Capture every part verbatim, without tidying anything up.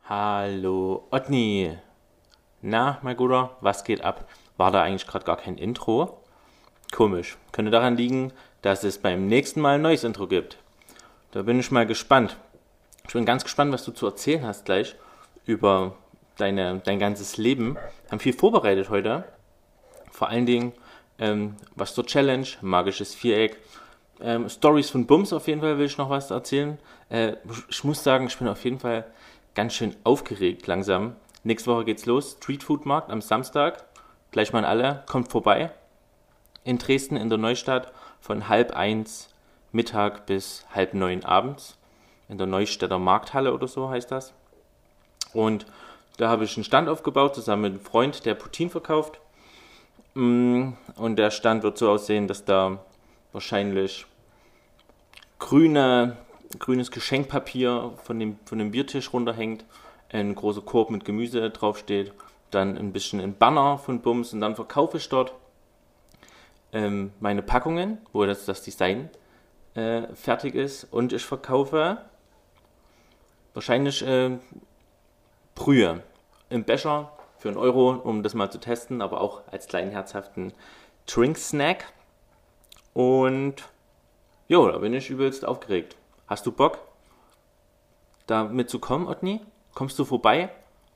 Hallo, Otni. Na, mein Guter, was geht ab? War da eigentlich gerade gar kein Intro? Komisch. Könnte daran liegen, dass es beim nächsten Mal ein neues Intro gibt. Da bin ich mal gespannt. Ich bin ganz gespannt, was du zu erzählen hast gleich über deine, dein ganzes Leben. Wir haben viel vorbereitet heute. Vor allen Dingen, ähm, was zur Challenge, magisches Viereck, ähm, Stories von Bums auf jeden Fall will ich noch was erzählen. Äh, ich muss sagen, ich bin auf jeden Fall ganz schön aufgeregt langsam. Nächste Woche geht's los, Streetfood-Markt am Samstag. Gleich mal an alle, kommt vorbei. In Dresden in der Neustadt von halb eins Mittag bis halb neun abends. In der Neustädter Markthalle oder so heißt das. Und da habe ich einen Stand aufgebaut, zusammen mit einem Freund, der Poutine verkauft. Und der Stand wird so aussehen, dass da wahrscheinlich grüne, grünes Geschenkpapier von dem, von dem Biertisch runterhängt, ein großer Korb mit Gemüse draufsteht, dann ein bisschen ein Banner von Bums und dann verkaufe ich dort ähm, meine Packungen, wo das, das Design äh, fertig ist, und ich verkaufe wahrscheinlich äh, Brühe im Becher für einen Euro, um das mal zu testen, aber auch als kleinen herzhaften Drink-Snack. Und jo, da bin ich übelst aufgeregt. Hast du Bock, da mitzukommen, Otni? Kommst du vorbei?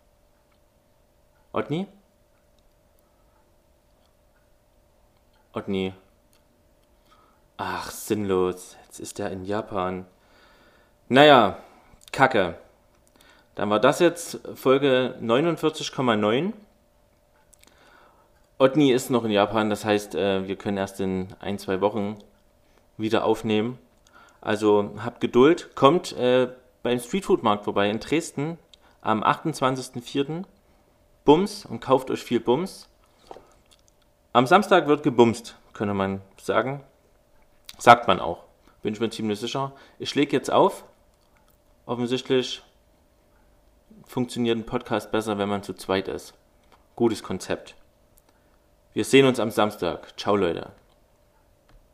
Otni? Otni. Ach, sinnlos. Jetzt ist er in Japan. Naja, Kacke. Dann war das jetzt Folge neunundvierzig Komma neun. Otni ist noch in Japan, das heißt, wir können erst in ein, zwei Wochen wieder aufnehmen. Also habt Geduld, kommt äh, beim Streetfood-Markt vorbei in Dresden am achtundzwanzigsten vierten Bums und kauft euch viel Bums. Am Samstag wird gebumst, könnte man sagen. Sagt man auch, bin ich mir ziemlich sicher. Ich lege jetzt auf. Offensichtlich funktioniert ein Podcast besser, wenn man zu zweit ist. Gutes Konzept. Wir sehen uns am Samstag. Ciao, Leute.